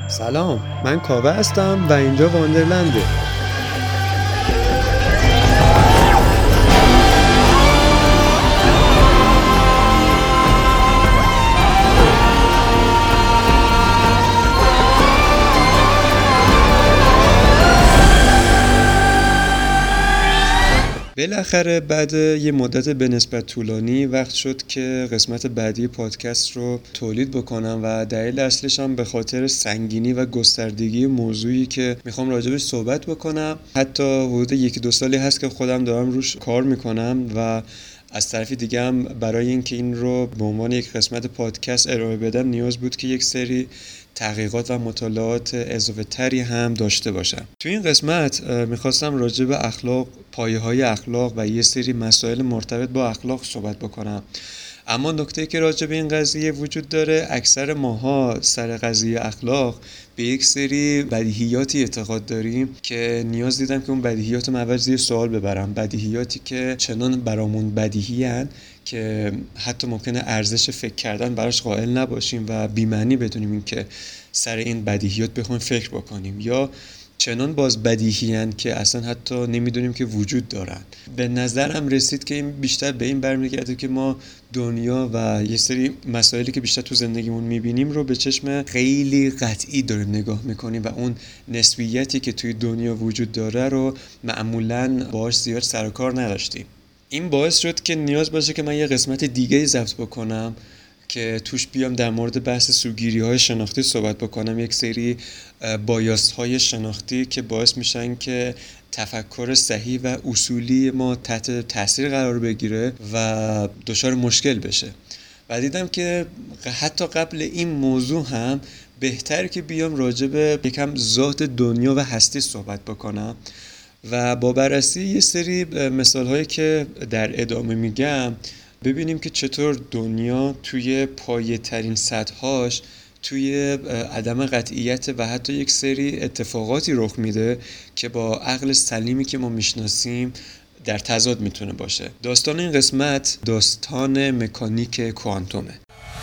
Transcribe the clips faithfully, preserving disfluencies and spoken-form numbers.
سلام، من کاوه هستم و اینجا واندرلنده. بالاخره بعد یه مدت به نسبت طولانی وقت شد که قسمت بعدی پادکست رو تولید بکنم و دلیل اصلش هم به خاطر سنگینی و گستردگی موضوعی که میخوام راجبش صحبت بکنم. حتی حدود یکی دو سالی هست که خودم دارم روش کار میکنم و از طرف دیگه هم برای اینکه این رو به عنوان یک قسمت پادکست ارائه بدم نیاز بود که یک سری تحقیقات و مطالعات اضافه تری هم داشته باشم. تو این قسمت میخواستم راجع به اخلاق، پایه های اخلاق و یه سری مسائل مرتبط با اخلاق صحبت بکنم. اما نکته که راجع به این قضیه وجود داره، اکثر ماها سر قضیه اخلاق به یک سری بدیهیاتی اعتقاد داریم که نیاز دیدم که اون بدیهیات رو اول زیر سوال ببرم. بدیهیاتی که چنان برامون بدیهی هن که حتی ممکنه ارزش فکر کردن براش قائل نباشیم و بی‌معنی بدونیم این که سر این بدیهیات بخوایم فکر بکنیم، یا چنان باز بدیهی هن که اصلا حتی نمیدونیم که وجود دارن. به نظرم رسید که این بیشتر به این برمیگرده که ما دنیا و یه سری مسائلی که بیشتر تو زندگیمون میبینیم رو به چشم خیلی قطعی داریم نگاه میکنیم و اون نسبیتی که توی دنیا وجود داره رو معمولاً باهاش زیاد سر و کار نداشتیم. این باعث شد که نیاز باشه که من یه قسمت دیگه ضبط بکنم که توش بیام در مورد بحث سوگیری های شناختی صحبت بکنم، یک سری بایاس های شناختی که باعث میشن که تفکر صحیح و اصولی ما تحت تاثیر قرار بگیره و دچار مشکل بشه. و دیدم که حتی قبل این موضوع هم بهتر که بیام راجع به یکم ذات دنیا و هستی صحبت بکنم و با بررسی یه سری مثال هایی که در ادامه میگم ببینیم که چطور دنیا توی پایه ترین سطحاش توی عدم قطعیت و حتی یک سری اتفاقاتی رخ میده که با عقل سلیمی که ما میشناسیم در تضاد میتونه باشه. داستان این قسمت داستان مکانیک کوانتومه.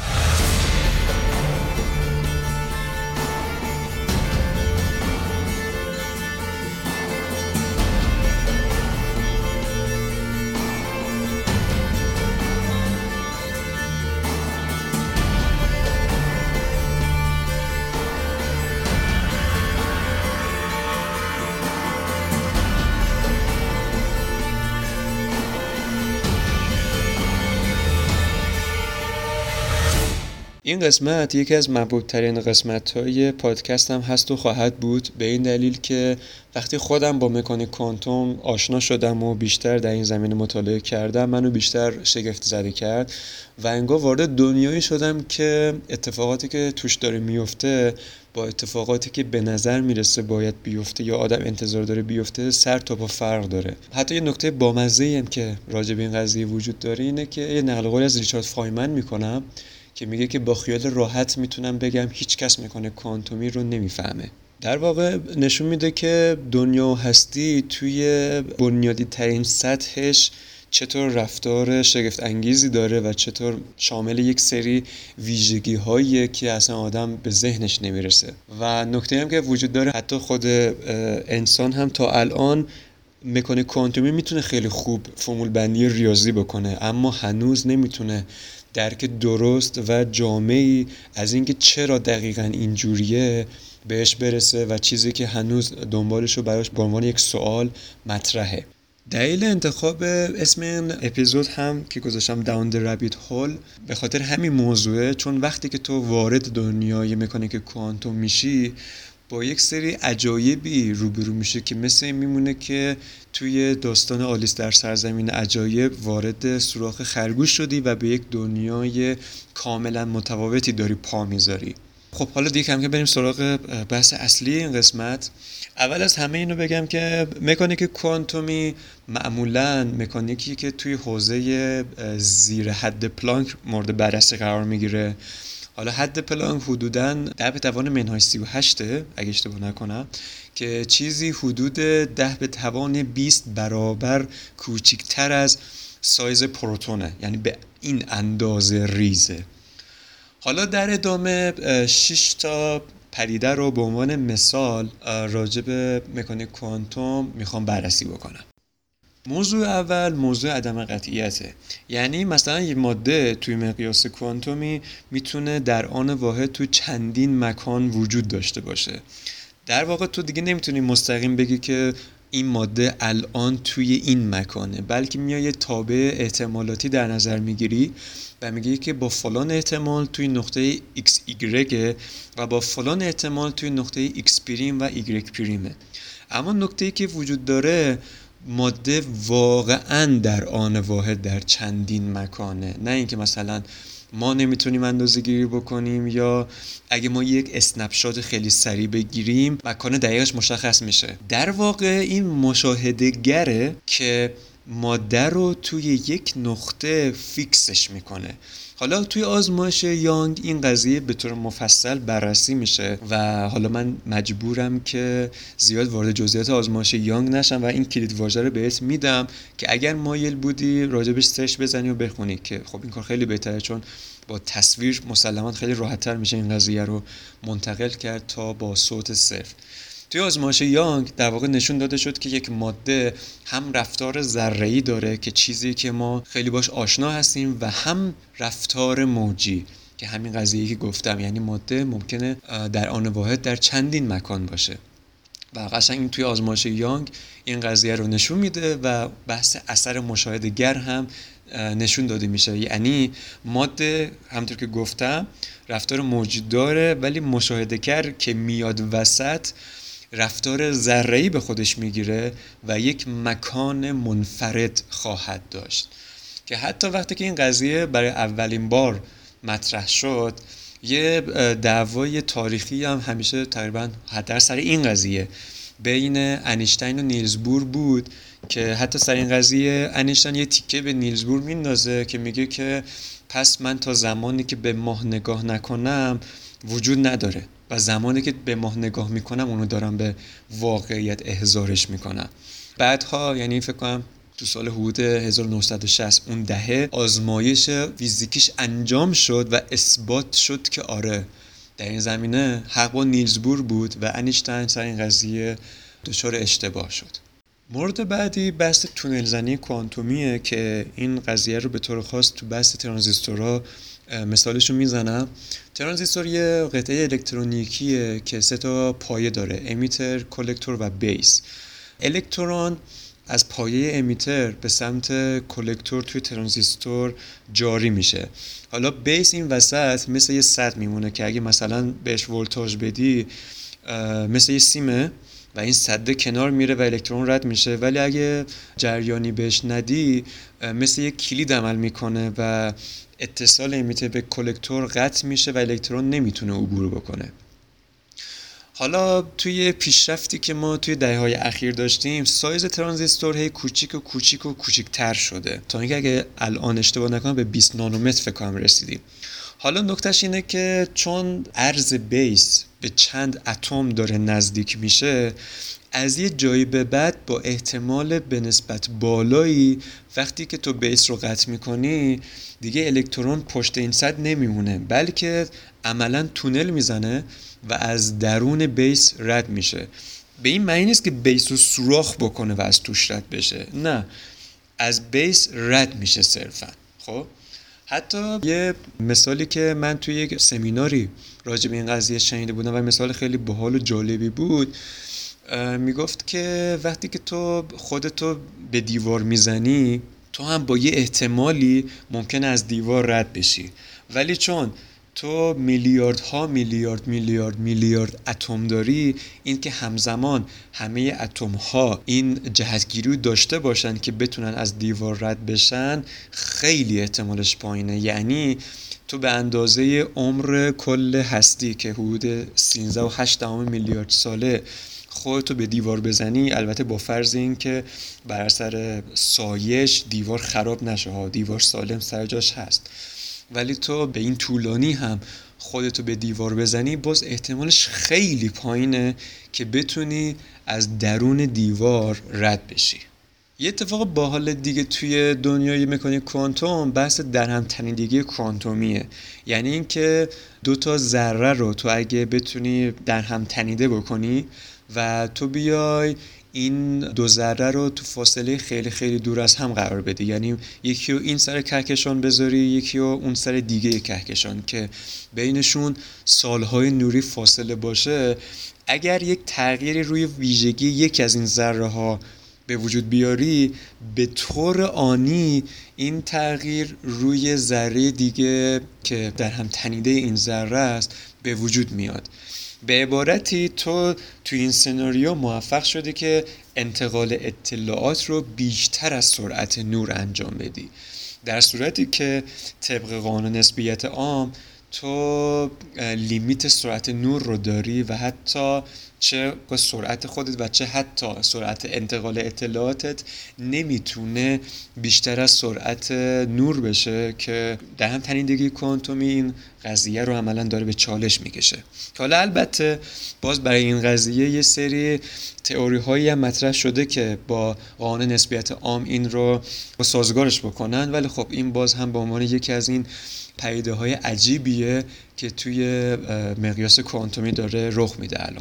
این قسمت یکی از محبوب‌ترین قسمت‌های پادکست هم هست و خواهد بود، به این دلیل که وقتی خودم با مکانیک کوانتوم آشنا شدم و بیشتر در این زمینه مطالعه کردم، منو بیشتر شگفت زده کرد و انگار وارد دنیایی شدم که اتفاقاتی که توش داره میفته با اتفاقاتی که به نظر میرسه باید بیفته یا آدم انتظار داره بیفته سر تا پا فرق داره. حتی یه نکته بامزه‌ای هم که راجع به این قضیه وجود داره اینه که یه نقل قولی از ریچارد فایمن میکنم که میگه که با خیال راحت میتونم بگم هیچ کس مکانیک کوانتومی رو نمیفهمه. در واقع نشون میده که دنیا و هستی توی بنیادی ترین سطحش چطور رفتار شگفت انگیزی داره و چطور شامل یک سری ویژگی هایی که اصلا آدم به ذهنش نمیرسه. و نکته هم که وجود داره، حتی خود انسان هم تا الان مکانیک کوانتومی میتونه خیلی خوب فرمول بندی ریاضی بکنه، اما هنوز نمیتونه درک درست و جامعی از اینکه چرا دقیقاً اینجوریه بهش برسه و چیزی که هنوز دنبالشو براش به عنوان یک سوال مطرحه. دلیل انتخاب اسم این اپیزود هم که گذاشتم Down the Rabbit Hole به خاطر همین موضوعه، چون وقتی که تو وارد دنیای مکانیک کوانتوم میشی با یک سری عجایبی روبرو میشه که مثل این میمونه که توی داستان آلیس در سرزمین عجایب وارد سوراخ خرگوش شدی و به یک دنیای کاملا متفاوتی داری پا میذاری. خب حالا دیگه کم که بریم سراغ بحث اصلی این قسمت. اول از همه اینو بگم که مکانیک کوانتومی معمولاً مکانیکی که توی حوزه زیر حد پلانک مورد بررسی قرار میگیره. حالا حد پلانک حدوداً ده به توان منهای سی و هشت اگه اشتباه نکنم، که چیزی حدود ده به توان بیست برابر کوچکتر از سایز پروتونه، یعنی به این اندازه ریزه. حالا در ادامه شش تا پدیده رو به عنوان مثال راجع به مکانیک کوانتوم میخوام بررسی بکنم. موضوع اول موضوع عدم قطعیته. یعنی مثلا یه ماده توی مقیاس کوانتومی میتونه در آن واحد توی چندین مکان وجود داشته باشه. در واقع تو دیگه نمیتونی مستقیم بگی که این ماده الان توی این مکانه، بلکه میای یه تابع احتمالاتی در نظر میگیری و میگی که با فلان احتمال توی نقطه ایکس ایگرگ و با فلان احتمال توی نقطه ایکس پریم و ایگرگ پریمه. اما نکته‌ای که وجود داره، ماده واقعاً در آن واحد در چندین مکانه، نه اینکه مثلا ما نمیتونیم اندازه گیری بکنیم یا اگه ما یک اسنپ شات خیلی سریع بگیریم مکان دقیقش مشخص میشه. در واقع این مشاهده گره که ماده رو توی یک نقطه فیکسش میکنه. حالا توی آزمایش یانگ این قضیه به طور مفصل بررسی میشه و حالا من مجبورم که زیاد وارد جزئیات آزمایش یانگ نشم و این کلید واژه رو بهت میدم که اگر مایل بودی راجبش سرچ بزنی و بخونی، که خب این کار خیلی بهتره چون با تصویر مسلماً خیلی راحت‌تر میشه این قضیه رو منتقل کرد تا با صوت صرف. توی آزمایش یانگ در واقع نشون داده شد که یک ماده هم رفتار ذره‌ای داره که چیزی که ما خیلی باش آشنا هستیم و هم رفتار موجی که همین قضیه‌ای که گفتم، یعنی ماده ممکنه در آن واحد در چندین مکان باشه و قشنگ این توی آزمایش یانگ این قضیه رو نشون میده و بحث اثر مشاهده‌گر هم نشون داده میشه. یعنی ماده همونطور که گفتم رفتار موجی داره ولی مشاهده‌گر که میاد وسط رفتار ذره‌ای به خودش میگیره و یک مکان منفرد خواهد داشت که حتی وقتی که این قضیه برای اولین بار مطرح شد یه دعوای تاریخی هم همیشه تقریبا حتی سر این قضیه بین انیشتین و نیلز بور بود که حتی سر این قضیه انیشتین یه تیکه به نیلز بور میندازه که میگه که پس من تا زمانی که به ماه نگاه نکنم وجود نداره و زمانی که به ماه نگاه میکنم اونو دارم به واقعیت احضارش میکنم. بعدها یعنی فکر کنم تو سال حدود هزار و نهصد و شصت اون دهه آزمایش فیزیکیش انجام شد و اثبات شد که آره در این زمینه حق با نیلز بور بود و انیشتین سر این قضیه دچار اشتباه شد. مورد بعدی بحث تونل زنی کوانتومیه که این قضیه رو به طور خاص تو بحث ترانزیستورها مثالشو میزنم. ترانزیستور یه قطعه الکترونیکیه که سه تا پایه داره: امیتر، کلکتور و بیس. الکترون از پایه امیتر به سمت کلکتور توی ترانزیستور جاری میشه. حالا بیس این وسط مثل یه سد میمونه که اگه مثلا بهش ولتاژ بدی مثل یه سیمه و این سده کنار میره و الکترون رد میشه، ولی اگه جریانی بهش ندی مثل یه کلید عمل میکنه و اتصال امیتر به کلکتور قطع میشه و الکترون نمیتونه عبور بکنه. حالا توی پیشرفتی که ما توی دهه‌های اخیر داشتیم سایز ترانزیستور هی کوچیک و کوچیک و کوچیک‌تر شده تا اینکه اگه الان اشتباه نکنم به بیست نانومتر فکر کنم رسیدیم. حالا نکتهش اینه که چون عرض بیس به چند اتم داره نزدیک میشه، از یه جایی به بعد با احتمال به نسبت بالایی وقتی که تو بیس رو قطع میکنی دیگه الکترون پشت این سد نمیمونه، بلکه عملا تونل میزنه و از درون بیس رد میشه. به این معنی نیست که بیس رو سوراخ بکنه و از توش رد بشه، نه، از بیس رد میشه صرفا. خب حتی یه مثالی که من توی یک سمیناری راجع به این قضیه شنیده بودم و مثال خیلی باحال و جالبی بود، میگفت که وقتی که تو خودتو به دیوار میزنی تو هم با یه احتمالی ممکنه از دیوار رد بشی، ولی چون تو میلیاردها میلیارد میلیارد میلیارد اتم داری، این که همزمان همه اتم ها این جهتگیری داشته باشن که بتونن از دیوار رد بشن خیلی احتمالش پایینه. یعنی تو به اندازه عمر کل هستی که حدود سیزده و هشت دهم میلیارد ساله خودتو به دیوار بزنی، البته با فرض این که بر اثر سایش دیوار خراب نشه ها، دیوار سالم سر جاش هست، ولی تو به این طولانی هم خودتو به دیوار بزنی باز احتمالش خیلی پایینه که بتونی از درون دیوار رد بشی. یه اتفاق باحال دیگه توی دنیای مکانیک کوانتوم بحث درهم تنیدگی کوانتومیه. یعنی اینکه دو تا ذره رو تو اگه بتونی درهم تنیده بکنی و تو بیای این دو ذره رو تو فاصله خیلی خیلی دور از هم قرار بدی، یعنی یکی رو این سر کهکشان بذاری، یکی رو اون سر دیگه کهکشان که بینشون سالهای نوری فاصله باشه، اگر یک تغییری روی ویژگی یکی از این ذره ها به وجود بیاری، به طور آنی این تغییر روی ذره دیگه که در هم تنیده این ذره است به وجود میاد. به عبارتی تو تو این سناریو موفق شدی که انتقال اطلاعات رو بیشتر از سرعت نور انجام بدی، در صورتی که طبق قانون نسبیت عام تو لیمیت سرعت نور رو داری و حتی چه سرعت خودت و چه حتی سرعت انتقال اطلاعاتت نمیتونه بیشتر از سرعت نور بشه که در هم تنیدگی کوانتومی این قضیه رو عملا داره به چالش میکشه. حالا البته باز برای این قضیه یه سری تئوری هایی هم مطرح شده که با قانون نسبیت عام این رو سازگارش بکنن، ولی خب این باز هم به عنوان یکی از این پدیده های عجیبیه که توی مقیاس کوانتومی داره رخ میده الان.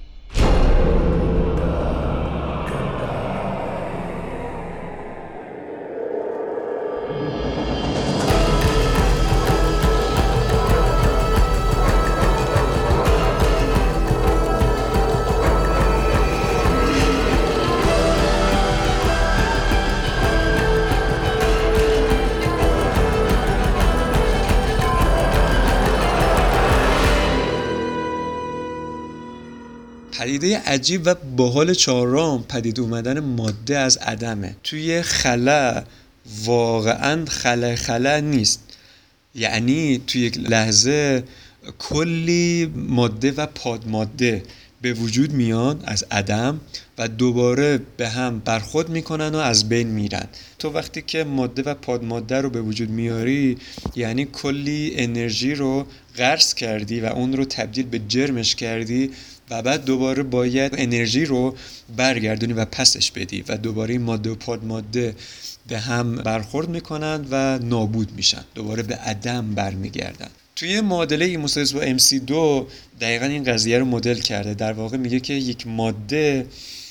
پدیده عجیب و باحال چهارم پدید اومدن ماده از عدمه. توی خلا واقعا خلا خلا نیست، یعنی توی یک لحظه کلی ماده و پادماده به وجود میان از عدم و دوباره به هم برخورد میکنن و از بین میرن. تو وقتی که ماده و پادماده رو به وجود میاری یعنی کلی انرژی رو غرس کردی و اون رو تبدیل به جرمش کردی و بعد دوباره باید انرژی رو برگردونی و پسش بدی و دوباره این ماده و پادماده به هم برخورد میکنن و نابود میشن، دوباره به عدم برمیگردن. توی معادله ای مساوی با ام سی دو دقیقا این قضیه رو مدل کرده. در واقع میگه که یک ماده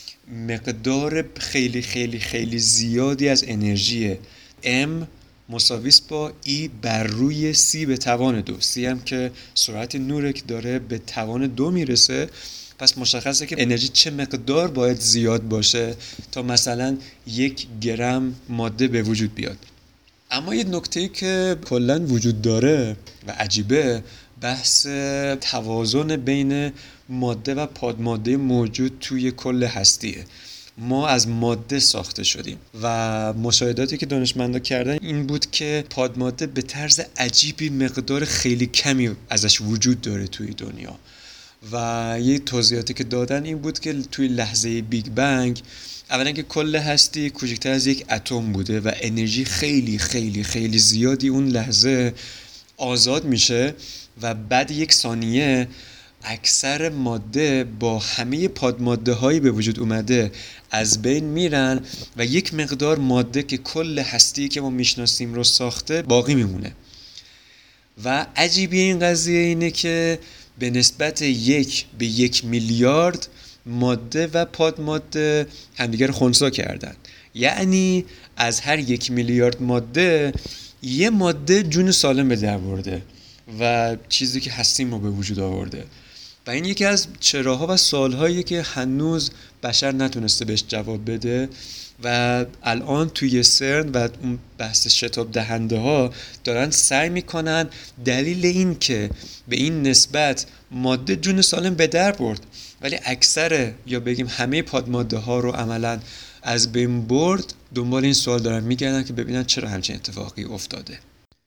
مقدار خیلی خیلی خیلی زیادی از انرژی M مساوی با E بر روی C به توان دو. C هم که سرعت نوره که داره به توان دو میرسه، پس مشخصه که انرژی چه مقدار باید زیاد باشه تا مثلا یک گرم ماده به وجود بیاد. اما یه نکته‌ای که کلاً وجود داره و عجیبه بحث توازن بین ماده و پادماده موجود توی کل هستیه. ما از ماده ساخته شدیم و مشاهداتی که دانشمندا کردن این بود که پادماده به طرز عجیبی مقدار خیلی کمی ازش وجود داره توی دنیا و یه توضیحاتی که دادن این بود که توی لحظه بیگ بنگ اولا که کل هستی کوچکتر از یک اتم بوده و انرژی خیلی خیلی خیلی زیادی اون لحظه آزاد میشه و بعد یک ثانیه اکثر ماده با همه پادماده هایی به وجود اومده از بین میرن و یک مقدار ماده که کل هستی که ما میشناسیم رو ساخته باقی میمونه. و عجیبی این قضیه اینه که به نسبت یک به یک میلیارد ماده و پادماده همدیگر خنثی کردن، یعنی از هر یک میلیارد ماده یه ماده جون سالم به در برده و چیزی که هستیم رو به وجود آورده. و این یکی از چراها و سوالهایی که هنوز بشر نتونسته بهش جواب بده و الان توی سرن و اون بحث شتاب دهنده ها دارن سعی میکنن دلیل این که به این نسبت ماده جون سالم به در برد ولی اکثر یا بگیم همه پادماده ها رو عملا از بین برد، دنبال این سوال دارن میگردن که ببینن چرا همچین اتفاقی افتاده.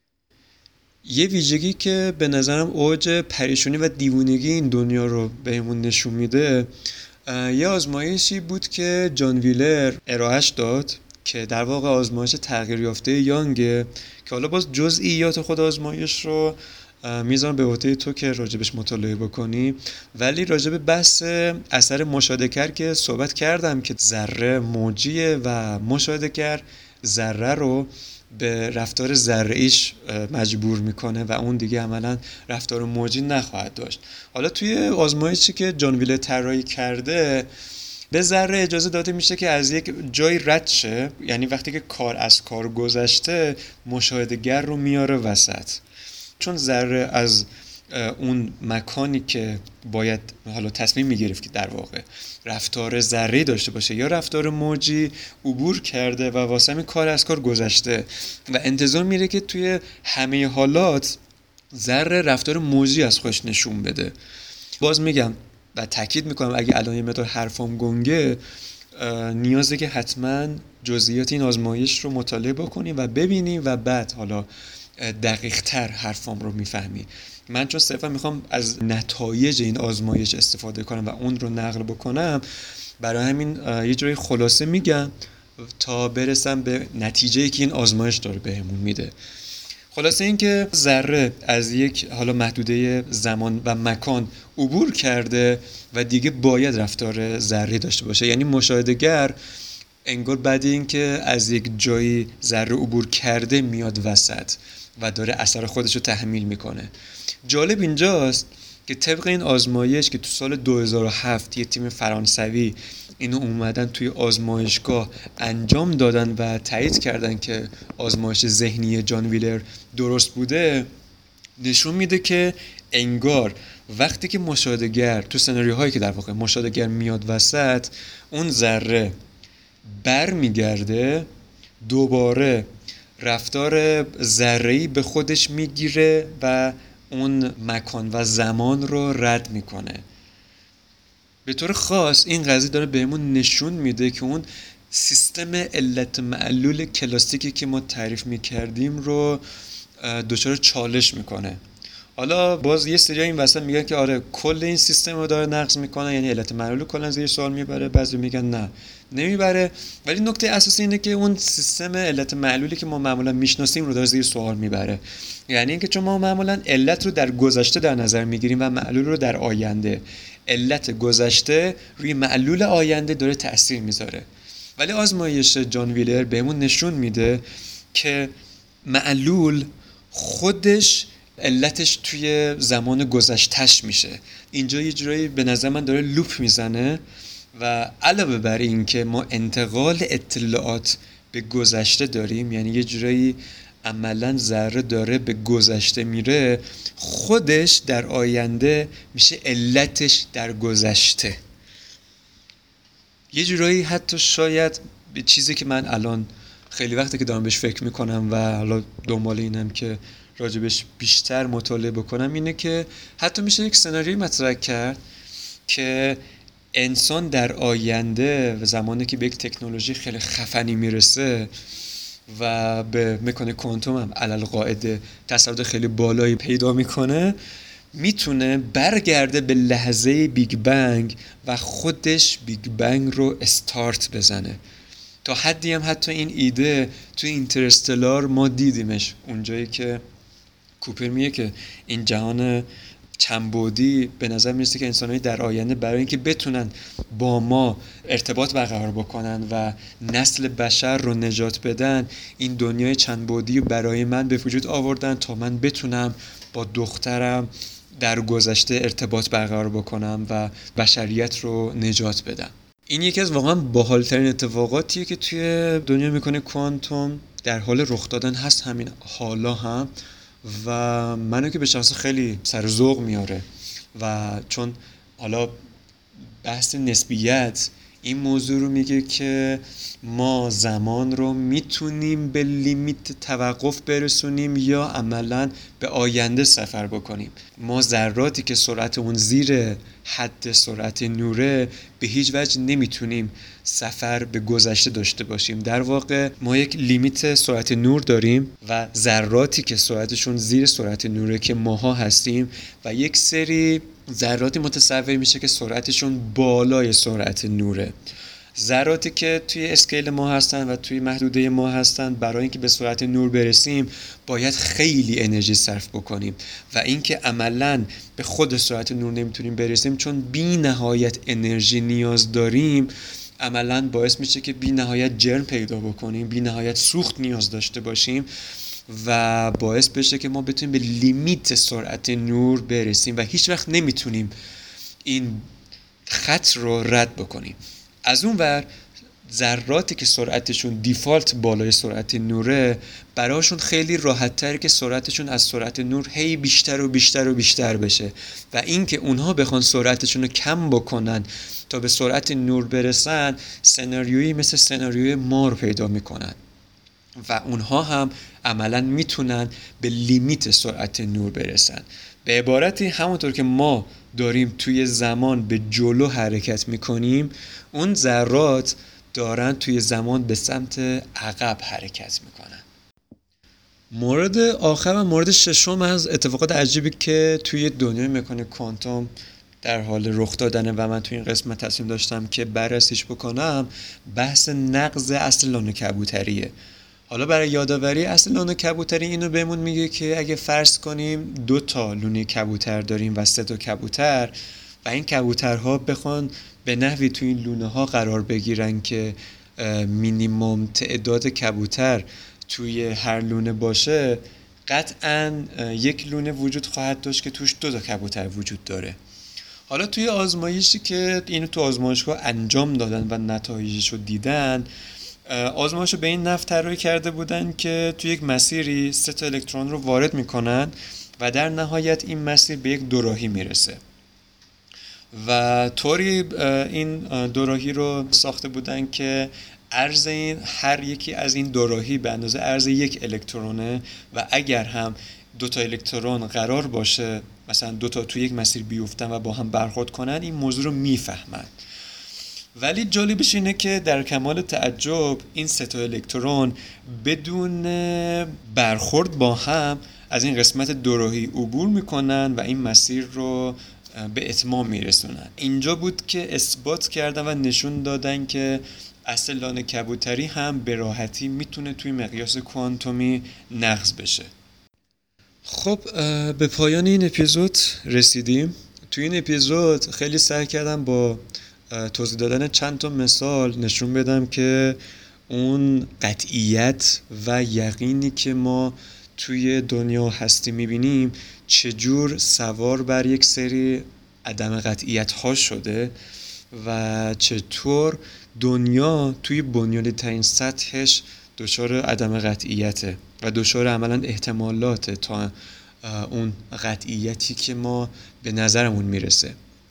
یه ویژگی که به نظرم اوج پریشونی و دیوونگی این دنیا رو بهمون نشون میده یه آزمایشی بود که جان ویلر ارائهش داد که در واقع آزمایش تغییر یافته یانگه که حالا باز جزئیات خود آزمایش رو میذارم به عهده تو که راجبش مطالعه بکنی. ولی راجب بحث اثر مشاهده‌گر که صحبت کردم که ذره موجیه و مشاهده‌گر ذره رو به رفتار ذره‌ایش مجبور میکنه و اون دیگه عملا رفتار موجی نخواهد داشت. حالا توی آزمایشی که جان ویلر طراحی کرده به ذره اجازه داده میشه که از یک جای رد شه، یعنی وقتی که کار از کار گذشته مشاهده‌گر رو میاره وسط، چون ذره از اون مکانی که باید حالا تصمیم میگرفت که در واقع رفتار ذره‌ای داشته باشه یا رفتار موجی عبور کرده و واسه همین کار از کار گذشته و انتظار میره که توی همه حالات ذره رفتار موجی از خودش نشون بده. باز میگم و تاکید میکنم اگه الان یه مقدار حرفام گنگه، نیازه که حتما جزئیات این آزمایش رو مطالعه بکنی و ببینی و بعد حالا دقیق تر حرفام رو میفهمی. من چون صرفا میخوام از نتایج این آزمایش استفاده کنم و اون رو نقل بکنم، برای همین یه جوری خلاصه میگم تا برسم به نتیجه‌ای که این آزمایش داره بهمون میده. خلاصه این که ذره از یک حالا محدوده زمان و مکان عبور کرده و دیگه باید رفتار ذره داشته باشه، یعنی مشاهده‌گر انگار بعد این که از یک جایی ذره عبور کرده میاد وسط و داره اثر خودش رو تحمیل میکنه. جالب اینجاست که طبق این آزمایش که تو سال دو هزار و هفت یه تیم فرانسوی اینو اومدن توی آزمایشگاه انجام دادن و تایید کردن که آزمایش ذهنی جان ویلر درست بوده، نشون میده که انگار وقتی که مشاهده‌گر تو سناریوهایی که در واقع مشاهده‌گر میاد وسط، اون ذره بر میگرده دوباره رفتار ذره‌ای به خودش میگیره و اون مکان و زمان رو رد میکنه. به طور خاص این قضیه داره بهمون نشون میده که اون سیستم علت معلول کلاسیکی که ما تعریف میکردیم رو دچار چالش میکنه. حالا باز یه سری این وسط میگن که آره کل این سیستم رو داره نقض میکنه، یعنی علت معلول کلا زیر سوال میبره. بعضی میگن نه نمیبره، ولی نکته اساسی اینه که اون سیستم علت معلولی که ما معمولا میشناسیم رو داره زیر سوال میبره. یعنی اینکه چون ما معمولا علت رو در گذشته در نظر میگیریم و معلول رو در آینده، علت گذشته روی معلول آینده داره تأثیر میذاره. ولی آزمایش جان ویلر بهمون نشون میده که معلول خودش علتش توی زمان گذشتهش میشه. اینجا یه جورایی به نظر من داره لوپ میزنه و علاوه بر این که ما انتقال اطلاعات به گذشته داریم، یعنی یه جورایی عملا ذره داره به گذشته میره، خودش در آینده میشه علتش در گذشته. یه جورایی حتی شاید به چیزی که من الان خیلی وقته که دارم بهش فکر میکنم و حالا دنبال اینم که راجبش بیشتر مطالعه بکنم، اینه که حتی میشه یک سناریوی مطرح کرد که انسان در آینده و زمانی که به یک تکنولوژی خیلی خفنی میرسه و به مکانیک کوانتوم هم علل قاعده تسلط خیلی بالایی پیدا میکنه، میتونه برگرده به لحظه بیگ بنگ و خودش بیگ بنگ رو استارت بزنه. تا حدی هم حتی این ایده توی اینترستلار ما دیدیمش، اونجایی که کوپر میگه که این جهان چندبعدی به نظر میرسه که انسان‌های در آینده برای اینکه بتونن با ما ارتباط برقرار بکنن و نسل بشر رو نجات بدن، این دنیای چندبعدی رو برای من به وجود آوردن تا من بتونم با دخترم در گذشته ارتباط برقرار بکنم و بشریت رو نجات بدم. این یکی از واقعا باحال‌ترین اتفاقاتیه که توی دنیا مکانیک کوانتوم در حال رخ دادن هست همین حالا هم، و منو که به شخص خیلی سر ذوق میاره. و چون حالا بحث نسبیت این موضوع رو میگه که ما زمان رو میتونیم به لیمیت توقف برسونیم یا عملاً به آینده سفر بکنیم. ما ذراتی که سرعت اون زیر حد سرعت نوره به هیچ وجه نمیتونیم سفر به گذشته داشته باشیم. در واقع ما یک لیمیت سرعت نور داریم و ذراتی که سرعتشون زیر سرعت نوره که ماها هستیم و یک سری ذراتی متصور میشه که سرعتشون بالای سرعت نوره. ذراتی که توی اسکیل ما هستن و توی محدوده ما هستن، برای اینکه به سرعت نور برسیم باید خیلی انرژی صرف بکنیم و اینکه عملاً به خود سرعت نور نمیتونیم برسیم چون بی نهایت انرژی نیاز داریم، عملاً باعث میشه که بی نهایت جرم پیدا بکنیم، بی نهایت سوخت نیاز داشته باشیم و باعث بشه که ما بتونیم به لیمیت سرعت نور برسیم و هیچ وقت نمیتونیم این خط رو رد بکنیم. از اون ور ذراتی که سرعتشون دیفالت بالای سرعت نوره، براشون خیلی راحت تره که سرعتشون از سرعت نور هی بیشتر و بیشتر و بیشتر بشه و اینکه اونها بخوان سرعتشون رو کم بکنن تا به سرعت نور برسن، سناریویی مثل سناریوی ما رو پیدا میکنن و اونها هم عملاً میتونن به لیمیت سرعت نور برسن. به عبارتی همونطور که ما داریم توی زمان به جلو حرکت میکنیم، اون ذرات دارن توی زمان به سمت عقب حرکت میکنن. مورد آخر و مورد ششم از اتفاقات عجیبی که توی دنیای مکانیک کوانتوم در حال رخ دادنه و من توی این قسمت تصمیم داشتم که بررسیش بکنم، بحث نقض اصل لانه کبوتریه. حالا برای یادآوری اصل لانه کبوتری اینو بهمون میگه که اگه فرض کنیم دو تا لونه کبوتر داریم و سه تا کبوتر و این کبوترها بخوان به نحوی توی این لونه ها قرار بگیرن که مینیمم تعداد کبوتر توی هر لونه باشه، قطعاً یک لونه وجود خواهد داشت که توش دو تا کبوتر وجود داره. حالا توی آزمایشی که اینو تو آزمایشگاه انجام دادن و نتایجش رو دیدن، آزمایش رو به این نحو طراحی کرده بودن که توی یک مسیری سه تا الکترون رو وارد میکنن و در نهایت این مسیر به یک دوراهی میرسه و طوری این دوراهی رو ساخته بودن که عرض این هر یکی از این دوراهی به اندازه عرض یک الکترونه و اگر هم دو تا الکترون قرار باشه مثلا دو تا توی یک مسیر بیفتن و با هم برخورد کنن، این موضوع رو میفهمن. ولی جالبش اینه که در کمال تعجب این سه تا الکترون بدون برخورد با هم از این قسمت دوراهی عبور میکنن و این مسیر رو به اتمام میرسونن. اینجا بود که اثبات کردن و نشون دادن که اصل لانه کبوتری هم به راحتی میتونه توی مقیاس کوانتومی نقض بشه. خب به پایان این اپیزود رسیدیم. توی این اپیزود خیلی سعی کردم با توضیح دادن چند تا مثال نشون بدم که اون قطعیت و یقینی که ما توی دنیا هستی میبینیم چجور سوار بر یک سری عدم قطعیت ها شده و چطور دنیا توی بنیادی ترین سطحش دچار عدم قطعیته و دچار عملا احتمالات تا اون قطعیتی که ما به نظرمون میرسه.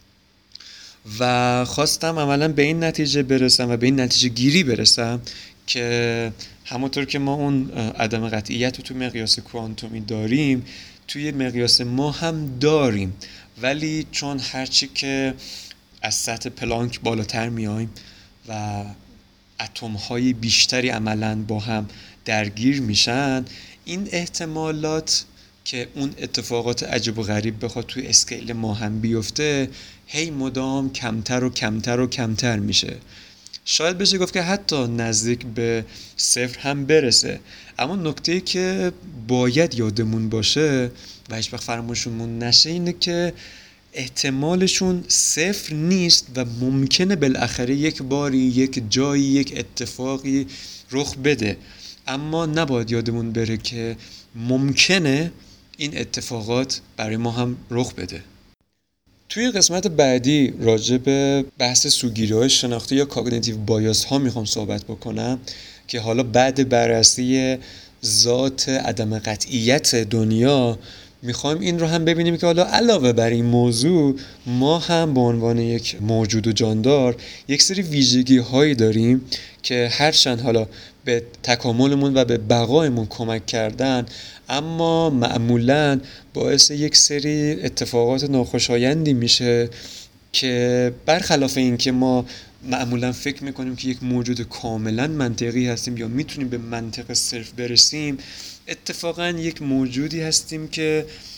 و خواستم عملا به این نتیجه برسم و به این نتیجه گیری برسم که همونطور که ما اون عدم قطعیت رو توی مقیاس کوانتومی داریم، توی مقیاس ما هم داریم، ولی چون هرچی که از سطح پلانک بالاتر میایم و اتم‌های بیشتری عملاً با هم درگیر میشن، این احتمالات که اون اتفاقات عجب و غریب بخواد توی اسکیل ما هم بیفته هی مدام کمتر و کمتر و کمتر میشه. شاید بشه گفت که حتی نزدیک به صفر هم برسه. اما نکته‌ای که باید یادمون باشه و هیچ وقت فراموشمون نشه اینه که احتمالشون صفر نیست و ممکنه بالاخره یک باری یک جایی یک اتفاقی رخ بده، اما نباید یادمون بره که ممکنه این اتفاقات برای ما هم رخ بده. توی قسمت بعدی راجع به بحث سوگیری‌های شناختی یا کاگنیتیو بایاس ها میخوام صحبت بکنم که حالا بعد بررسی ذات عدم قطعیت دنیا میخوایم این رو هم ببینیم که حالا علاوه بر این موضوع ما هم به عنوان یک موجود و جاندار یک سری ویژگی هایی داریم که هرچند حالا به تکاملمون و به بقایمون کمک کردن، اما معمولاً باعث یک سری اتفاقات ناخوشایندی میشه که برخلاف این که ما معمولاً فکر میکنیم که یک موجود کاملاً منطقی هستیم یا میتونیم به منطق صرف برسیم، اتفاقاً یک موجودی هستیم که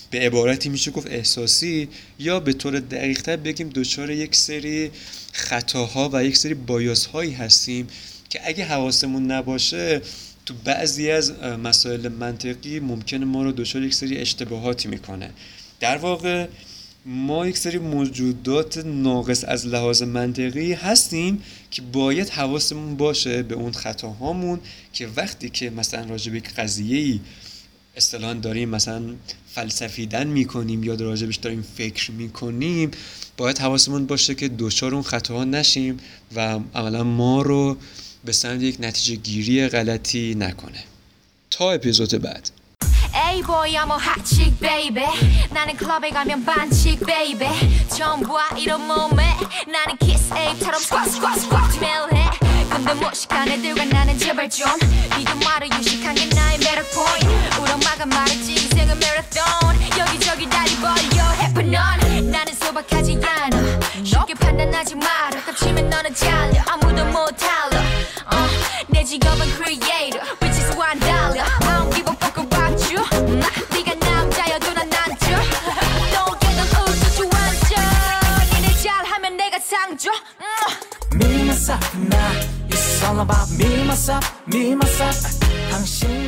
به عبارتی میشه گفت احساسی، یا به طور دقیق‌تر بگیم دچار یک سری خطاها و یک سری بایاس هایی هستیم که اگه حواسمون نباشه تو بعضی از مسائل منطقی ممکنه ما رو دچار یک سری اشتباهاتی میکنه. در واقع ما یک سری موجودات ناقص از لحاظ منطقی هستیم که باید حواسمون باشه به اون خطاهامون، که وقتی که مثلا راجع به یک قضیه‌ای اصطلاحاً داریم مثلا فلسفیدن میکنیم یا راجبش داریم فکر میکنیم، باید حواسمون باشه که دچار اون خطاها نشیم و عملا ما رو به سمت یک نتیجه گیری غلطی نکنه. تا اپیزود بعد. Hey boy I'm a hot chick baby 나는 클럽에 가면 반칙 baby 처음 봐 이런 몸에 나는 kiss ape처럼 squat squat squat 매일 해 근데 무식한 애들과 나는 제발 좀 네가 말을 유식한 게 나의 매력 point 우리 엄마가 말했지 인생은 marathon 여기저기 달리버려 해픈 넌 나는 소박하지 않아 쉽게 판단하지 마라 깝치면 너는 잘려 아무도 못 달라 uh, 내 직업은 creator which is one dollar I don't give a fuck about you 네가 남자여도 난 남자 Don't get them 우쭈쭈 완전 니네 잘하면 내가 상줘 Me, myself, and I It's all about me, myself, me, myself 당신